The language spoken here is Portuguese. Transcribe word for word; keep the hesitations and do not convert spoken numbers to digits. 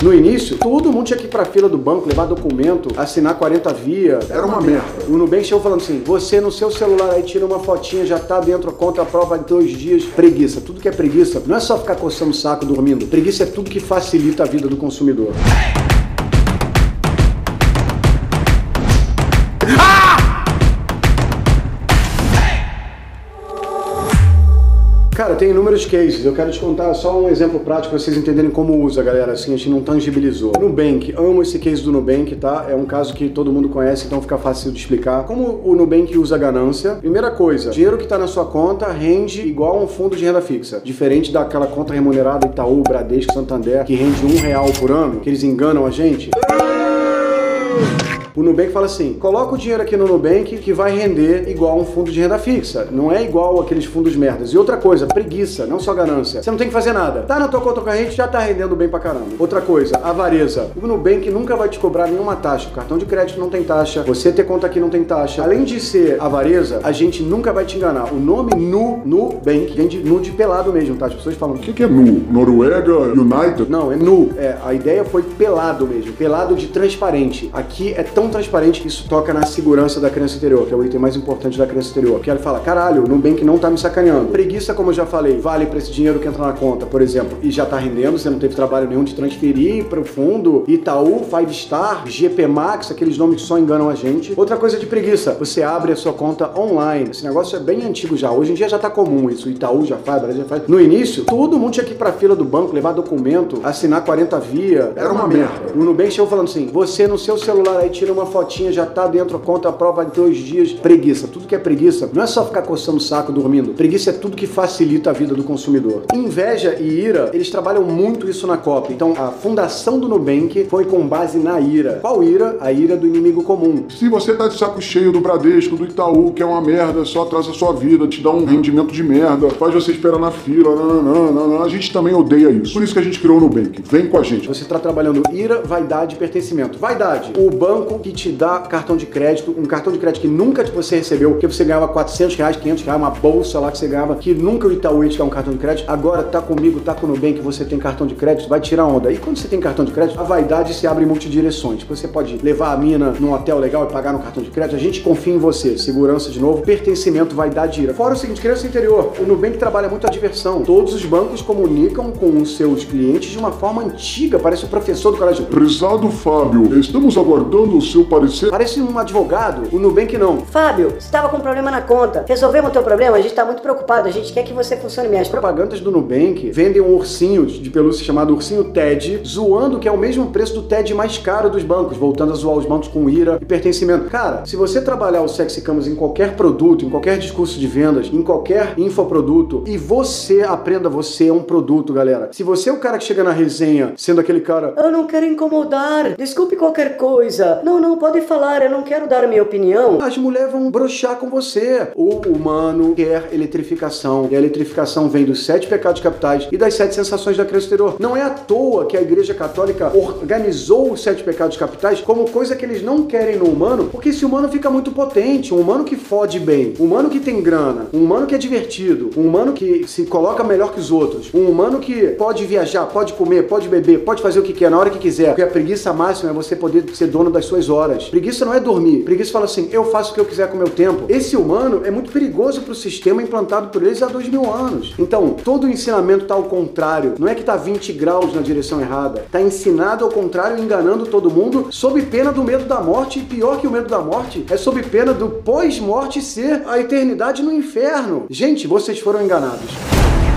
No início, todo mundo tinha que ir pra fila do banco, levar documento, assinar quarenta via. Era uma merda. O Nubank chegou falando assim, você no seu celular aí tira uma fotinha, já tá dentro, a conta prova em dois dias. Preguiça. Tudo que é preguiça não é só ficar coçando o saco dormindo. Preguiça é tudo que facilita a vida do consumidor. Cara, tem inúmeros cases, eu quero te contar só um exemplo prático pra vocês entenderem como usa, galera, assim, a gente não tangibilizou. Nubank, amo esse case do Nubank, tá? É um caso que todo mundo conhece, então fica fácil de explicar. Como o Nubank usa ganância? Primeira coisa, dinheiro que tá na sua conta rende igual a um fundo de renda fixa. Diferente daquela conta remunerada Itaú, Bradesco, Santander, que rende um real por ano, que eles enganam a gente. O Nubank fala assim, coloca o dinheiro aqui no Nubank que vai render igual a um fundo de renda fixa. Não é igual aqueles fundos merdas. E outra coisa, preguiça, não só ganância. Você não tem que fazer nada. Tá na tua conta corrente, já tá rendendo bem pra caramba. Outra coisa, avareza. O Nubank nunca vai te cobrar nenhuma taxa. O cartão de crédito não tem taxa. Você ter conta aqui não tem taxa. Além de ser avareza, a gente nunca vai te enganar. O nome Nu, Nubank, vem de Nu de pelado mesmo, tá? As pessoas falam... O que, que é Nu? Noruega, United? Não, é Nu. É, a ideia foi pelado mesmo. Pelado de transparente. Aqui é tão transparente que isso toca na segurança da criança interior, que é o item mais importante da criança interior. Que ela fala, caralho, o Nubank não tá me sacaneando. Preguiça, como eu já falei, vale pra esse dinheiro que entra na conta, por exemplo, e já tá rendendo, você não teve trabalho nenhum de transferir pro fundo. Itaú, Five Star, G P Max, aqueles nomes que só enganam a gente. Outra coisa de preguiça, você abre a sua conta online. Esse negócio é bem antigo já. Hoje em dia já tá comum isso. O Itaú já faz, Brasil já faz. No início, todo mundo tinha que ir pra fila do banco, levar documento, assinar quarenta via. Era uma merda. O Nubank chegou falando assim, você no seu celular aí tira uma fotinha, já tá dentro, a conta prova em dois dias. Preguiça. Tudo que é preguiça não é só ficar coçando o saco dormindo. Preguiça é tudo que facilita a vida do consumidor. Inveja e ira, eles trabalham muito isso na Copa. Então, a fundação do Nubank foi com base na ira. Qual ira? A ira do inimigo comum. Se você tá de saco cheio do Bradesco, do Itaú, que é uma merda, só atrasa a sua vida, te dá um rendimento de merda, faz você esperar na fila, não, não, não, não. A gente também odeia isso. Por isso que a gente criou o Nubank. Vem com a gente. Você tá trabalhando ira, vaidade e pertencimento. Vaidade. O banco que te dá cartão de crédito, um cartão de crédito que nunca você recebeu, que você ganhava quatrocentos reais, quinhentos reais, uma bolsa lá que você ganhava, que nunca o Itaú ia te dar um cartão de crédito, agora tá comigo, tá com o Nubank, você tem cartão de crédito, vai tirar onda. E quando você tem cartão de crédito, a vaidade se abre em multidireções. Você pode levar a mina num hotel legal e pagar no cartão de crédito, a gente confia em você. Segurança de novo, pertencimento, vaidade e ira. Fora o seguinte, criança interior, o Nubank trabalha muito a diversão. Todos os bancos comunicam com os seus clientes de uma forma antiga, parece o professor do colégio. Prezado Fábio, estamos aguardando o seu parecer. Parece um advogado, o Nubank não. Fábio, você estava com problema na conta. Resolvemos o teu problema? A gente está muito preocupado. A gente quer que você funcione mesmo. As propagandas do Nubank vendem um ursinho de pelúcia chamado ursinho Ted, zoando que é o mesmo preço do Ted mais caro dos bancos, voltando a zoar os bancos com ira e pertencimento. Cara, se você trabalhar o Sexy Camas em qualquer produto, em qualquer discurso de vendas, em qualquer infoproduto, e você aprenda, você é um produto, galera. Se você é o cara que chega na resenha sendo aquele cara, eu não quero incomodar, desculpe qualquer coisa. Não, não, pode falar, eu não quero dar a minha opinião. As mulheres vão broxar com você. O humano quer eletrificação. E a eletrificação vem dos sete pecados capitais e das sete sensações da criança interior. Não é à toa que a Igreja Católica organizou os sete pecados capitais como coisa que eles não querem no humano, porque esse humano fica muito potente. Um humano que fode bem, um humano que tem grana, um humano que é divertido, um humano que se coloca melhor que os outros, um humano que pode viajar, pode comer, pode beber, pode fazer o que quer, na hora que quiser. Porque a preguiça máxima é você poder ser dono das suas horas. Preguiça não é dormir. Preguiça fala assim, eu faço o que eu quiser com o meu tempo. Esse humano é muito perigoso para o sistema implantado por eles há dois mil anos. Então, todo o ensinamento está ao contrário. Não é que está vinte graus na direção errada. Está ensinado ao contrário, enganando todo mundo, sob pena do medo da morte. E pior que o medo da morte, é sob pena do pós-morte ser a eternidade no inferno. Gente, vocês foram enganados.